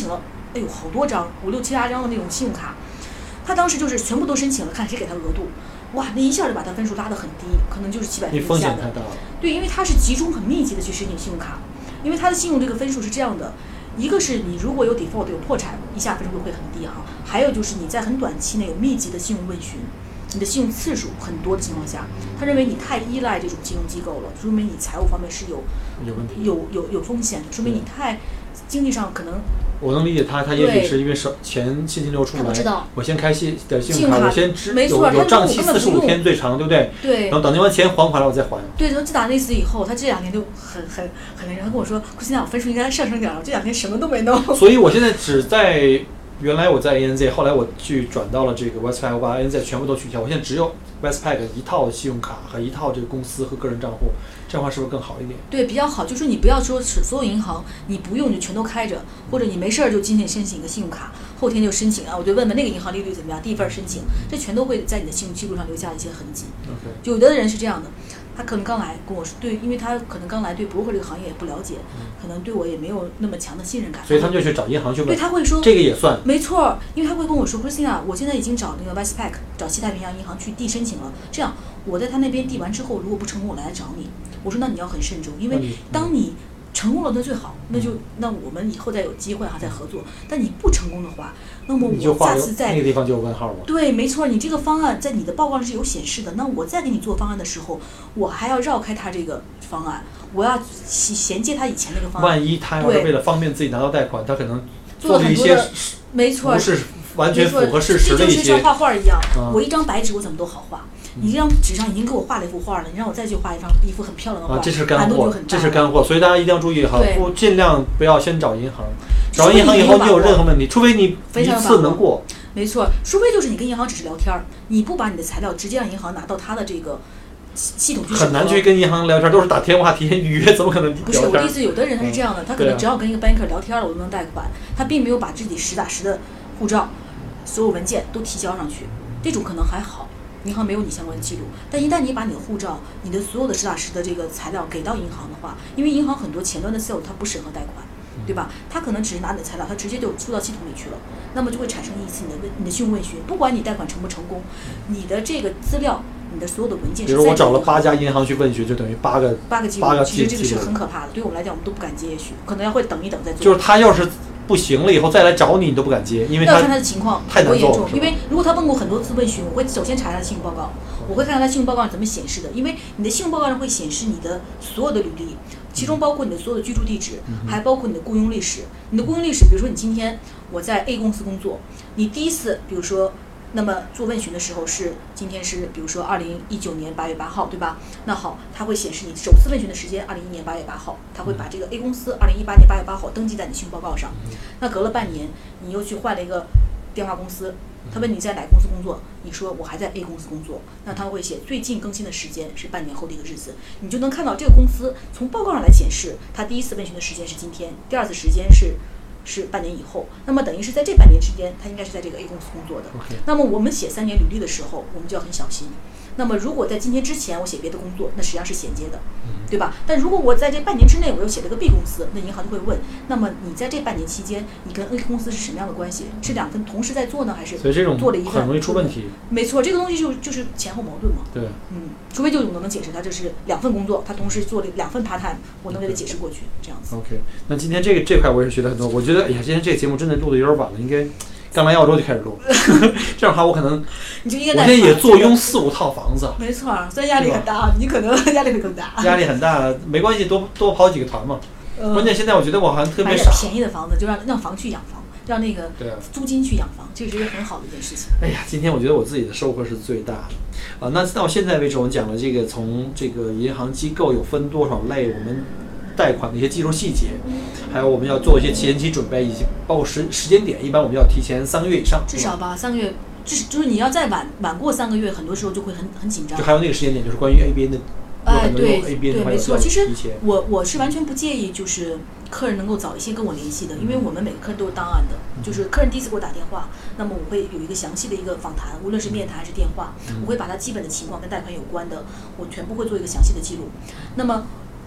哎呦好多张，五六七八张的那种信用卡，他当时就是全部都申请了，看谁给他额度，哇，那一下就把他分数拉得很低，可能就是七百分以下的。 风险太大了。 对，因为他是集中很密集的去申请信用卡，因为他的信用这个分数是这样的，一个是你如果有 default 有破产，一下分数会很低哈，还有就是你在很短期内有密集的信用问询。你的信用次数很多的情况下，他认为你太依赖这种金融机构了，说明你财务方面是有有问题、 有有有风险的，说明你太经济上可能。 我能理解他，他也许是因为手钱现金流出不来，我先开信的信用卡，我先支有有账期四十五天最长，对不对？ 对。 然后等那完钱还回来我再还。 对，然后自打那次以后，他这两天就很很很那什么，他跟我说，现在我分数应该上升点了，这两天什么都没弄。 所以我现在只在原来我在 A N Z， 后来我去转到了这个 Westpac， 我把 A N Z 全部都取消，我现在只有 Westpac 一套信用卡和一套这个公司和个人账户，这样的话是不是更好一点？ 对，比较好。就是你不要说所有银行你不用就全都开着，或者你没事儿就今天申请一个信用卡，后天就申请啊，我就问问那个银行利率怎么样，第一份申请，这全都会在你的信用记录上留下一些痕迹。 Okay. 有的人是这样的。他可能刚来跟我说，对，因为他可能刚来对broker这个行业也不了解，可能对我也没有那么强的信任感， 所以他们就去找银行去问。 对，他会说这个也算。 没错，因为他会跟我说 ，Christina， 我现在已经找那个 Westpac， 找西太平洋银行去递申请了。这样我在他那边递完之后，如果不成功，我来找你。我说那你要很慎重，因为当你成功了那最好，那就那我们以后再有机会哈再合作。但你不成功的话，那么我下次在那个地方就有问号了。 对，没错，你这个方案在你的报告上是有显示的。那我再给你做方案的时候，我还要绕开他这个方案，我要衔接他以前那个方案。 万一他要是为了方便自己拿到贷款，他可能做了一些没错， 不是完全符合事实的一些。 这就是像画画一样， 嗯、 我一张白纸我怎么都好画。你这张纸上已经给我画了一幅画了，你让我再去画一张一幅很漂亮的画， 啊，这是干货，这是干货，所以大家一定要注意哈，不尽量不要先找银行，找银行以后你有任何问题，除非你一次能过。 没错，除非就是你跟银行只是聊天儿，你不把你的材料直接让银行拿到他的这个系统去。 很难去跟银行聊天，都是打电话提前预约，怎么可能聊天？ 不是我的意思，有的人他是这样的，他可能只要跟一个 banker 聊天了，我就能贷款，他并没有把自己实打实的护照、所有文件都提交上去，这种可能还好。银行没有你相关的记录，但一旦你把你的护照、你的所有的实打实的这个材料给到银行的话，因为银行很多前端的 sales 它不审核贷款，对吧？他可能只是拿你的材料，他直接就输到系统里去了，那么就会产生一次你的问你的信用问询，不管你贷款成不成功，你的这个资料、你的所有的文件是在。 比如我找了八家银行去问询，就等于八个八个记录， 八个其实这个是很可怕的，对我们来讲我们都不敢接，也许可能要会等一等再做。 就是他要是不行了以后再来找你，你都不敢接，因为他要看他的情况太难做了。 因为如果他问过很多次问询，我会首先查他的信用报告，我会看看他信用报告上怎么显示的，因为你的信用报告上会显示你的所有的履历，其中包括你的所有的居住地址，还包括你的雇佣历史。你的雇佣历史，比如说你今天我在 A 公司工作，你第一次比如说。那么做问询的时候是今天是比如说二零一九年八月八号，对吧？那好，它会显示你首次问询的时间二零一一年八月八号，它会把这个 A 公司二零一八年八月八号登记在你信用报告上。那隔了半年，你又去换了一个电话公司，他问你在哪个公司工作，你说我还在 A 公司工作，那他会写最近更新的时间是半年后的一个日子，你就能看到这个公司从报告上来显示，他第一次问询的时间是今天，第二次时间是。是半年以后，那么等于是在这半年之间，他应该是在这个 A 公司工作的。 Okay. 那么我们写三年履历的时候，我们就要很小心。那么如果在今天之前我写别的工作，那实际上是衔接的，对吧？但如果我在这半年之内我又写了个 B 公司，那银行就会问，那么你在这半年期间，你跟 A 公司是什么样的关系？是两份同时在做呢，还是做了一份？ 很容易出问题。 没错，这个东西就就是前后矛盾嘛。 对。 嗯，除非就我能解释他这是两份工作，他同时做了两份 part time， 我能给他解释过去，这样子。 OK， 那今天这个这块我也是学了很多。我觉得，哎呀，今天这个节目真的录的有点晚了，应该。刚来澳洲就开始录，这样的话我可能， 你就应该我现在也坐拥四五套房子， 没错，所以压力很大，你可能压力会更大。 压力很大，没关系，多多跑几个团嘛。嗯、关键现在我觉得我好像特别傻。 买便宜的房子就让让房去养房，让那个租金去养房，这是一个很好的一件事情。 哎呀，今天我觉得我自己的收获是最大的啊。那到现在为止，我们讲了这个从这个银行机构有分多少类，我们贷款的一些技术细节。还有我们要做一些前期准备，以及包括时时间点，一般我们要提前三个月以上， 至少吧，三个月，就是就是你要再晚晚过三个月，很多时候就会很很紧张。 就还有那个时间点，就是关于 A B N 的， 哎，对对， 没错。其实我我是完全不介意，就是客人能够早一些跟我联系的，因为我们每个客人都是档案的，嗯、就是客人第一次给我打电话，那么我会有一个详细的一个访谈，无论是面谈还是电话，嗯、我会把他基本的情况跟贷款有关的，我全部会做一个详细的记录。那么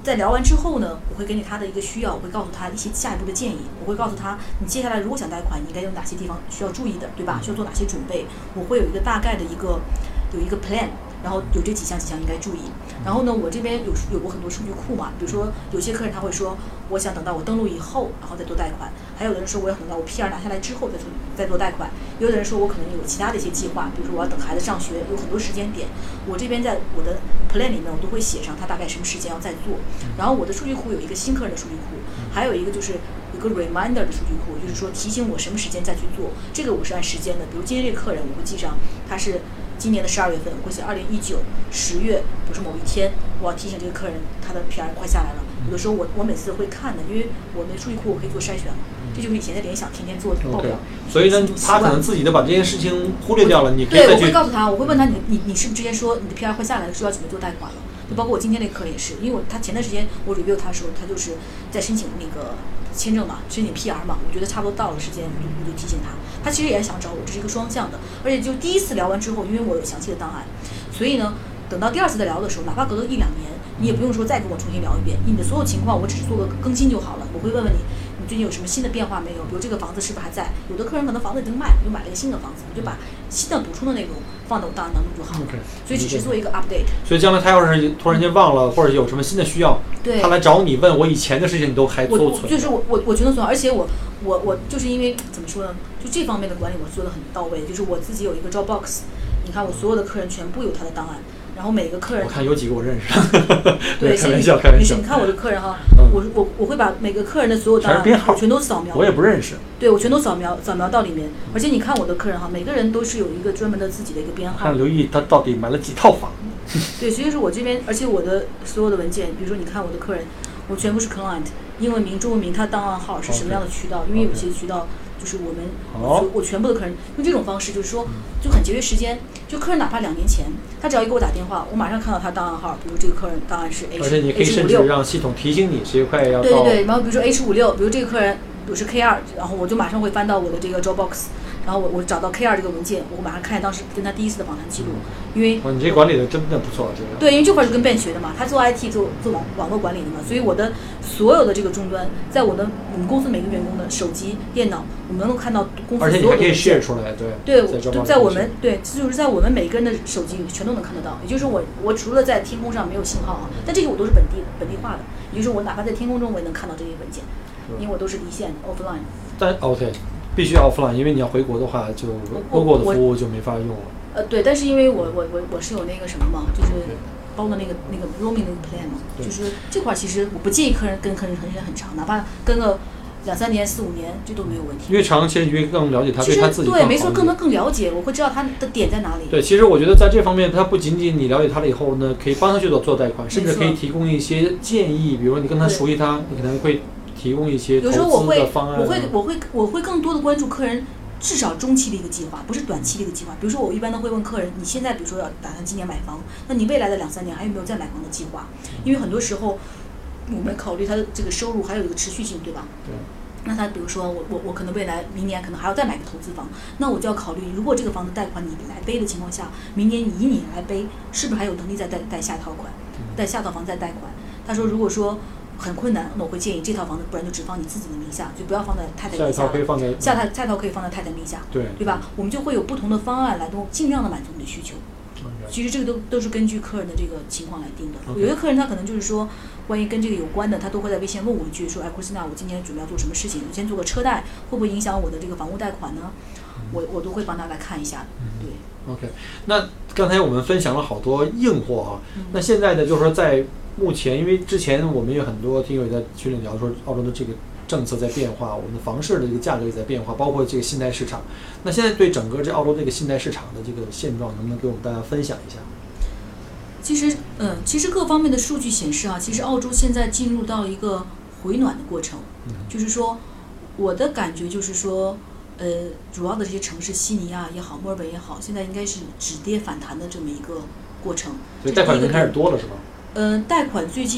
在聊完之后呢，我会根据他的一个需要，我会告诉他一些下一步的建议。我会告诉他，你接下来如果想贷款，你应该有哪些地方需要注意的，对吧？需要做哪些准备？我会有一个大概的一个有一个 plan， 然后有这几项几项应该注意。然后呢，我这边有有过很多数据库嘛，比如说有些客人他会说，我想等到我登录以后，然后再做贷款；还有的人说我要等到我 P R 拿下来之后再做再做贷款；有的人说我可能有其他的一些计划，比如说我要等孩子上学，有很多时间点。我这边在我的 plan 里面我都会写上他大概什么时间要再做。然后我的数据库有一个新客人的数据库，还有一个就是有个 reminder 的数据库，就是说提醒我什么时间再去做。这个我是按时间的，比如今天这个客人我会记上他是今年的十二月份，我会写二零一九十月，比如说某一天，我要提醒这个客人他的 P R 快下来了。有的时候我我每次会看的，因为我们的数据库我可以做筛选了。这就是以前在联想天天做的报表。 Okay. 所以呢，他可能自己的把这件事情忽略掉了，你可以对， 再去。 我会告诉他，我会问他，你你你是不是之前说你的 P R 快下来了，说要准备做贷款了？就包括我今天那个客人也是，因为我他前段时间我 review 他的时候，他就是在申请那个签证嘛，申请 P R 嘛，我觉得差不多到了时间，我就我就提醒他。他其实也想找我，这是一个双向的，而且就第一次聊完之后，因为我有详细的档案，所以呢，等到第二次再聊的时候，哪怕隔了一两年，你也不用说再跟我重新聊一遍，你的所有情况我只是做个更新就好了。我会问问你，你最近有什么新的变化没有？比如这个房子是不是还在？有的客人可能房子已经卖了，又买了一个新的房子，我就把新的补充的内容放到我档案当中就好了。 Okay. 所以只是做一个 update。 所以将来他要是突然间忘了，或者有什么新的需要， 对， 他来找你问我以前的事情，你都还都存。 就是我我我全都存，而且我我我就是因为怎么说呢？就这方面的管理我做得很到位，就是我自己有一个 Dropbox， 你看我所有的客人全部有他的档案。然后每个客人， 我看有几个我认识。 对， 开玩笑，开玩笑。 你看我的客人哈， 嗯、 我我我会把每个客人的所有档案我全都扫描。 我也不认识。 对，我全都扫描扫描到里面。而且你看我的客人哈，每个人都是有一个专门的自己的一个编号。 看刘毅他到底买了几套房。 对，所以说我这边，而且我的所有的文件，比如说你看我的客人，我全部是 client， 英文名、中文名，他档案号是什么样的渠道？ Okay. 因为有些渠道。就是我们，我我全部的客人用这种方式，就是说就很节约时间。就客人哪怕两年前，他只要一给我打电话，我马上看到他档案号，比如这个客人档案是 H 而且你可以甚至让系统提醒你这一块要到。 对对对，然后比如说 H 五六，比如这个客人，比如是 K 二，然后我就马上会翻到我的这个 Dropbox， 然后我我找到 K 二这个文件，我马上看当时跟他第一次的访谈记录，因为哦，你这管理的真的不错，这个。 对，因为这块是跟 Ben 学的嘛，他做 I T 做做网网络管理的嘛，所以我的所有的这个终端，在我的我们公司每个员工的手机、电脑，我们能够看到公司所有的。而且你还可以 share 出来，对。 对，在, 在我们对，就是在我们每个人的手机里全都能看得到。也就是我我除了在天空上没有信号啊，但这些我都是本地本地化的，也就是我哪怕在天空中我也能看到这些文件，因为我都是离线 offline。 但 OK， 必须 offline， 因为你要回国的话，就 Google 的服务就没法用了。 呃，对，但是因为我我我我是有那个什么嘛，就是包的那个那个 roaming 那个 plan 嘛，就是这块其实我不建议客人跟客人时间很长，哪怕跟个两三年、四五年，这都没有问题。 越长，其实越更了解他，对他自己更好。 对，没错，更能更了解，我会知道他的点在哪里。 对，其实我觉得在这方面，他不仅仅你了解他了以后呢，可以帮他去做做贷款，甚至可以提供一些建议，比如说你跟他熟悉他，你可能会提供一些投资的方案。 有时候我会，我会，我会，我会更多的关注客人。至少中期的一个计划，不是短期的一个计划。比如说，我一般都会问客人：你现在比如说要打算今年买房，那你未来的两三年还有没有再买房的计划？因为很多时候，我们考虑他的这个收入还有一个持续性，对吧？ 对。 那他比如说，我我我可能未来明年可能还要再买个投资房，那我就要考虑，如果这个房子贷款你来背的情况下，明年你以你来背，是不是还有能力再贷贷下套款，贷下套房再贷款？他说，如果说很困难，那我会建议这套房子不然就只放你自己的名下，就不要放在太太名下。 下一套可以放在下套下套可以放在太太名下， 对对吧？我们就会有不同的方案来都尽量的满足你的需求。 Okay. 其实这个都都是根据客人的这个情况来定的。 Okay. 有些客人他可能就是说，关于跟这个有关的，他都会在微信问我一句，说：“哎，库斯娜，我今年准备要做什么事情？我先做个车贷，会不会影响我的这个房屋贷款呢？”我我都会帮他来看一下。对。 OK， 那刚才我们分享了好多硬货啊，嗯、那现在呢，就是说在目前，因为之前我们有很多听友也在群里聊说，澳洲的这个政策在变化，我们的房市的这个价格也在变化，包括这个信贷市场。那现在对整个这澳洲这个信贷市场的这个现状，能不能给我们大家分享一下？ 其实，嗯，其实各方面的数据显示啊，其实澳洲现在进入到一个回暖的过程，嗯、就是说，我的感觉就是说，呃，主要的这些城市，悉尼啊也好，墨尔本也好，现在应该是止跌反弹的这么一个过程。 所以贷款人开始多了是吧？ 嗯、呃，贷款最近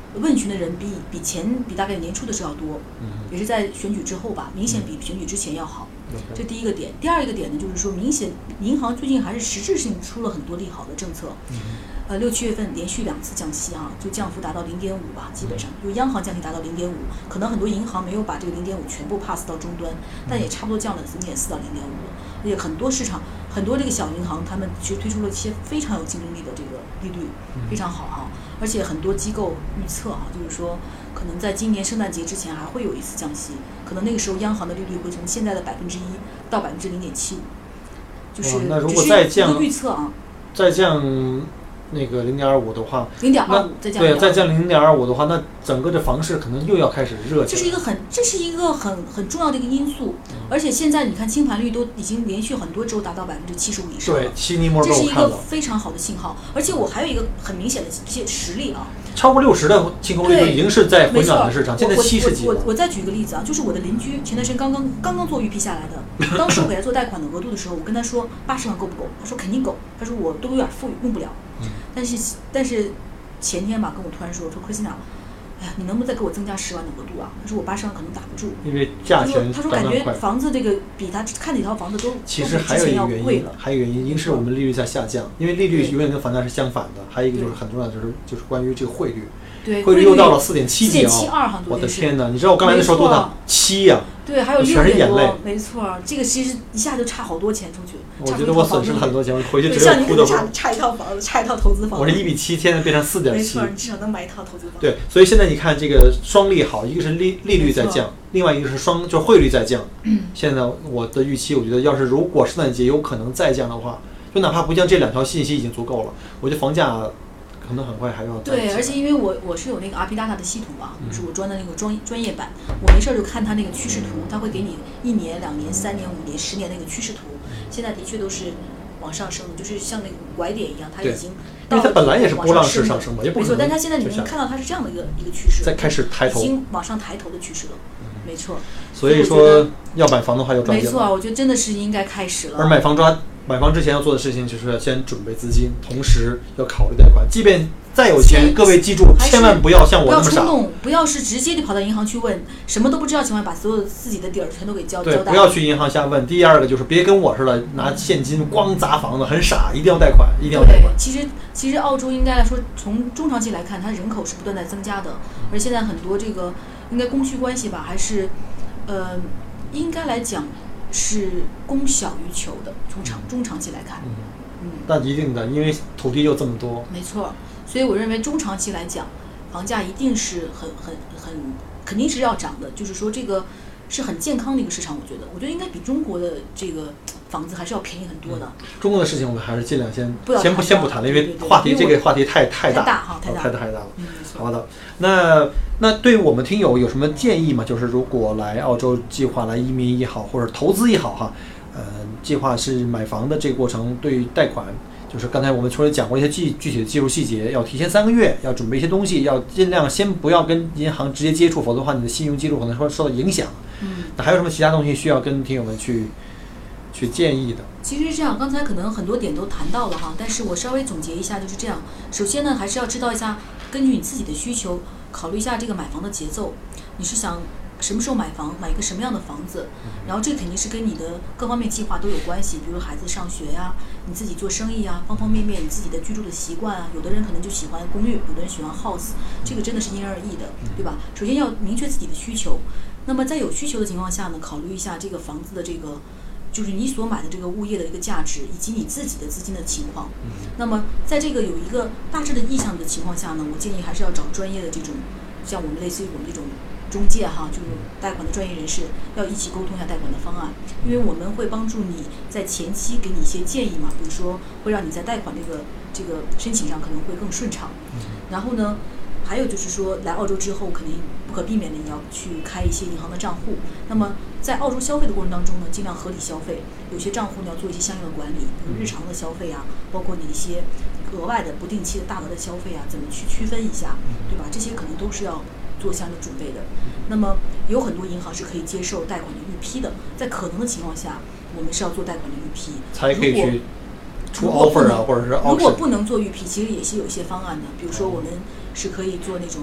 问询的人比比前比大概年初的时候要多， 嗯， 也是在选举之后吧，明显比选举之前要好。 嗯、 这第一个点。第二一个点呢，就是说明显银行最近还是实质性出了很多利好的政策。 嗯， 呃，六七月份连续两次降息啊，就降幅达到零点五吧，基本上就央行降息达到零点五，可能很多银行没有把这个零点五全部 pass 到终端，但也差不多降了零点四到零点五。而且很多市场很多这个小银行，他们其实推出了一些非常有竞争力的这个利率，非常好哈、啊。而且很多机构预测啊，就是说可能在今年圣诞节之前还会有一次降息，可能那个时候央行的利率会从现在的百分之一到百分之零点七五，就是那如果再降， 这是预测啊， 再降。那个零点二五的话， 零点二五再降， 对，再降零点二五的话，那整个这房市可能又要开始热起来。 这是一个很，这是一个很很重要的一个因素。嗯、而且现在你看清盘率都已经连续很多周达到百分之七十五以上了， 对，悉尼摩这是一个非常好的信号。而且我还有一个很明显的一些实例啊， 超过六十的净空率就已经是在回暖的市场，现在七十几了。 我我我再举个例子啊，就是我的邻居前段时间刚刚刚刚做预批下来的，当时我给他做贷款的额度的时候，我跟他说八十万够不够？他说肯定够，他说我都有点富裕，用不了。但是但是前天吧，跟我突然说说 Christina， 哎呀，你能不能再给我增加十万的额度啊？他说我八十万可能打不住， 因为价钱他说他说感觉房子这个比他看几套房子都其实还有一个原因，还有原因，一个是我们利率在下降，因为利率永远跟房价是相反的，还有一个就是很重要的就是就是关于这个汇率， 对， 汇率又到了四点七几啊！ 我的天哪，你知道我刚来的时候多少？七呀！ 对，还有六点多，没错，这个其实一下就差好多钱出去。 我觉得我损失了很多钱，我回去只有像你哭的。 差差一套房子，差一套投资房。 我是一比七，现在变成四点七。 没错，你至少能买一套投资房。 对，所以现在你看这个双利好，一个是利利率在降，另外一个是双就是汇率在降。 嗯。 现在我的预期，我觉得要是如果圣诞节有可能再降的话，就哪怕不降，这两条信息已经足够了。我觉得房价。可能很快还要对，而且因为我我是有那个 R P Data 的系统嘛，就是我装的那个专专业版，我没事就看它那个趋势图，它会给你一年、两年、三年、五年、十年那个趋势图，现在的确都是往上升的，就是像那个拐点一样，它已经因为它本来也是波浪式上升嘛，也不没错，但它现在你能看到它是这样的一个一个趋势， 在开始抬头， 已经往上抬头的趋势了，没错。 所以说要买房的话要专业。 没错，我觉得真的是应该开始了。 而买房抓买房之前要做的事情就是要先准备资金，同时要考虑贷款，即便。再有钱，各位记住，千万不要像我那么傻， 不要冲动，不要是直接就跑到银行去问，什么都不知道情况下把所有自己的底儿全都给交交代。 对，不要去银行瞎问。第二个就是别跟我似的拿现金光砸房子，很傻，一定要贷款，一定要贷款。 其实其实澳洲应该来说，从中长期来看，它人口是不断在增加的，而现在很多这个应该供需关系吧，还是呃应该来讲是供小于求的，从长中长期来看。 嗯，嗯那一定的，因为土地又这么多。 没错。所以我认为中长期来讲，房价一定是很很很肯定是要涨的，就是说这个是很健康的一个市场。我觉得，我觉得应该比中国的这个房子还是要便宜很多的。 嗯、中国的事情我们还是尽量先不先不先不谈了，因为话题这个话题太太大太大哈，太大太大太大了。 嗯、 好的，那那对于我们听友有什么建议吗？就是如果来澳洲计划来移民也好，或者投资也好哈，呃，计划是买房的这个过程，对于贷款。就是刚才我们除了讲过一些具具体的技术细节，要提前三个月，要准备一些东西，要尽量先不要跟银行直接接触，否则的话你的信用记录可能会受到影响。 嗯， 那还有什么其他东西需要跟听友们去去建议的？ 其实是这样，刚才可能很多点都谈到了哈，但是我稍微总结一下，就是这样。首先呢，还是要知道一下，根据你自己的需求，考虑一下这个买房的节奏。你是想什么时候买房，买一个什么样的房子，然后这肯定是跟你的各方面计划都有关系，比如孩子上学呀、啊，你自己做生意啊，方方面面，你自己的居住的习惯啊，有的人可能就喜欢公寓，有的人喜欢 house， 这个真的是因人而异的，对吧？首先要明确自己的需求，那么在有需求的情况下呢，考虑一下这个房子的这个就是你所买的这个物业的一个价值，以及你自己的资金的情况。那么在这个有一个大致的意向的情况下呢，我建议还是要找专业的这种，像我们类似于我们这种中介哈，就是贷款的专业人士，要一起沟通一下贷款的方案，因为我们会帮助你在前期给你一些建议嘛，比如说会让你在贷款这个这个申请上可能会更顺畅。然后呢，还有就是说来澳洲之后，肯定不可避免的你要去开一些银行的账户。那么在澳洲消费的过程当中呢，尽量合理消费，有些账户你要做一些相应的管理，比如日常的消费啊，包括你一些额外的不定期的大额的消费啊，怎么去区分一下，对吧？这些可能都是要做相应的准备的。那么有很多银行是可以接受贷款的预批的，在可能的情况下，我们是要做贷款的预批， 才可以去出 offer 啊，或者是 option。 如果不能做预批，其实也是有一些方案的，比如说我们是可以做那种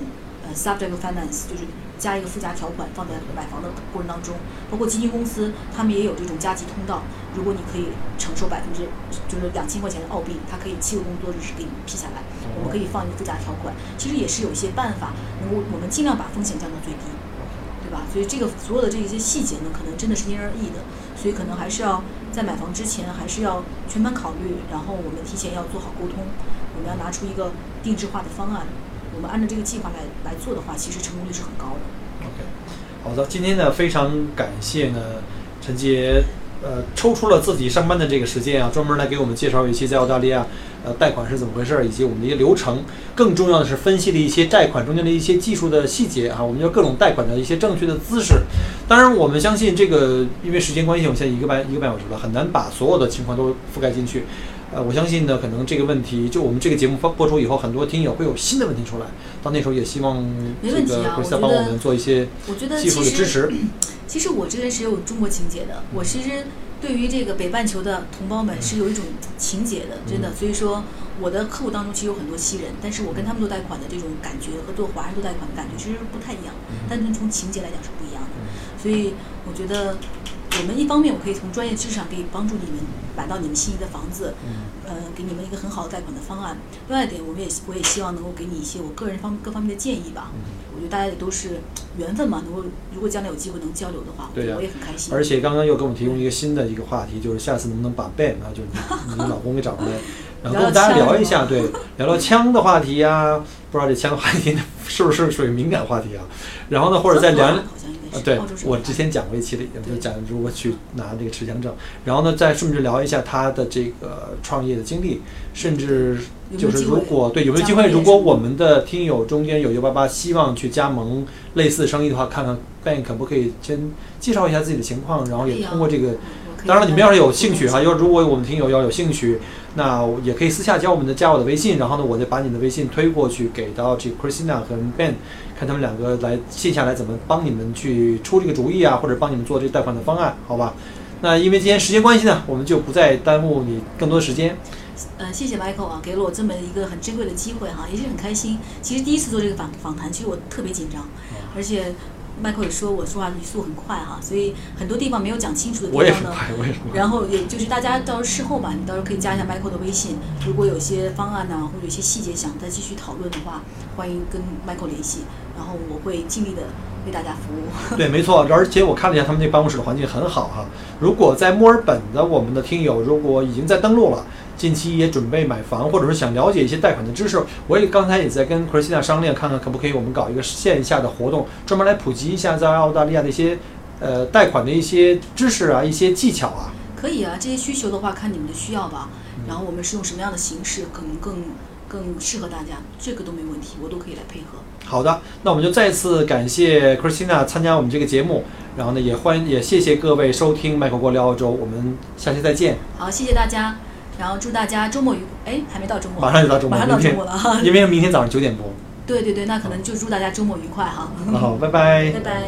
呃 subject finance， 就是加一个附加条款放在买房的过程当中。包括基金公司，他们也有这种加急通道，如果你可以承受百分之就是两千块钱的澳币，它可以七个工作日是给你批下来，我们可以放一个附加条款。其实也是有一些办法，能够我们尽量把风险降到最低，对吧？所以这个所有的这一些细节呢，可能真的是因人而异的，所以可能还是要在买房之前还是要全盘考虑，然后我们提前要做好沟通，我们要拿出一个定制化的方案，我们按照这个计划来来做的话，其实成功率是很高的。 OK， 好的，今天呢非常感谢呢陈杰。呃，抽出了自己上班的这个时间啊，专门来给我们介绍一些在澳大利亚呃贷款是怎么回事，以及我们的一些流程。更重要的是分析了一些贷款中间的一些技术的细节啊，我们叫各种贷款的一些正确的姿势。当然，我们相信这个，因为时间关系，我们现在一个半一个半小时了，很难把所有的情况都覆盖进去。呃，我相信呢，可能这个问题，就我们这个节目播出以后，很多听友会有新的问题出来。到那时候也希望这个不是在帮我们做一些技术的支持。 其实我这人是有中国情节的，我其实对于这个北半球的同胞们是有一种情节的，真的。所以说，我的客户当中其实有很多西人，但是我跟他们做贷款的这种感觉和做华人做贷款的感觉其实不太一样，但是从情节来讲是不一样的。所以我觉得，我们一方面我可以从专业知识上可以帮助你们买到你们心仪的房子，呃，给你们一个很好的贷款的方案。另外一点，我们也我也希望能够给你一些我个人方各方面的建议吧。我觉得大家也都是缘分嘛，能够如果将来有机会能交流的话， 对呀、啊， 我也很开心。 而且刚刚又给我们提供一个新的一个话题，就是下次能不能把 Ben 啊，就是你你老公给找回来，然后跟大家聊一下，对，聊聊枪的话题啊，不知道这枪的话题是不是属于敏感话题啊？然后呢，或者再聊。啊，对，我之前讲过一期的，就讲如果去拿这个持枪证，然后呢，再顺便聊一下他的这个创业的经历，甚至就是如果对有没有机会，如果我们的听友中间有一八八希望去加盟类似生意的话，看看 Ben 可不可以先介绍一下自己的情况，然后也通过这个，当然你们要是有兴趣哈，要如果我们听友要有兴趣，那也可以私下加我们的加我的微信，然后呢，我再把你的微信推过去给到这个 Christina 和 Ben。看他们两个来线下来怎么帮你们去出这个主意啊，或者帮你们做这个贷款的方案，好吧？那因为今天时间关系呢，我们就不再耽误你更多的时间。 呃，谢谢 Michael 啊，给了我这么一个很珍贵的机会哈，也是很开心。其实第一次做这个访访谈，其实我特别紧张，而且 Michael 也说我说话语速很快哈，所以很多地方没有讲清楚的地方呢， 我也很快， 然后也就是大家到时候事后吧，你到时候可以加一下 Michael 的微信，如果有些方案呢、啊，或者有些细节想再继续讨论的话，欢迎跟 Michael 联系，然后我会尽力的为大家服务。对， 没错，而且我看了一下他们这办公室的环境很好哈。如果在墨尔本的我们的听友，如果已经在登陆了，近期也准备买房，或者是想了解一些贷款的知识，我也刚才也在跟 Christina 商量，看看可不可以我们搞一个线下的活动，专门来普及一下在澳大利亚的一些呃贷款的一些知识啊，一些技巧啊。 可以啊，这些需求的话看你们的需要吧，然后我们是用什么样的形式可能更更适合大家，这个都没问题，我都可以来配合。 好的，那我们就再次感谢 Christina 参加我们这个节目，然后呢也欢也谢谢各位收听 Michael 郭聊澳洲，我们下期再见。 好，谢谢大家。然后祝大家周末愉哎，还没到周末， 马上就到周末， 马上到周末了哈， 因为明天早上九点播。 对对对，那可能就祝大家周末愉快哈。 好，拜拜。 拜拜。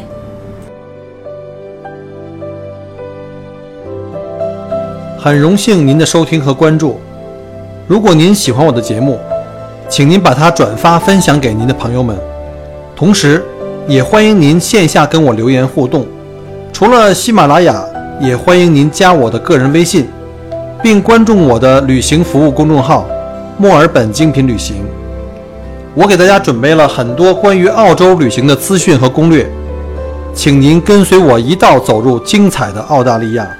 很荣幸您的收听和关注。如果您喜欢我的节目，请您把它转发分享给您的朋友们。同时，也欢迎您线下跟我留言互动。除了喜马拉雅，也欢迎您加我的个人微信。并关注我的旅行服务公众号墨尔本精品旅行，我给大家准备了很多关于澳洲旅行的资讯和攻略，请您跟随我一道走入精彩的澳大利亚。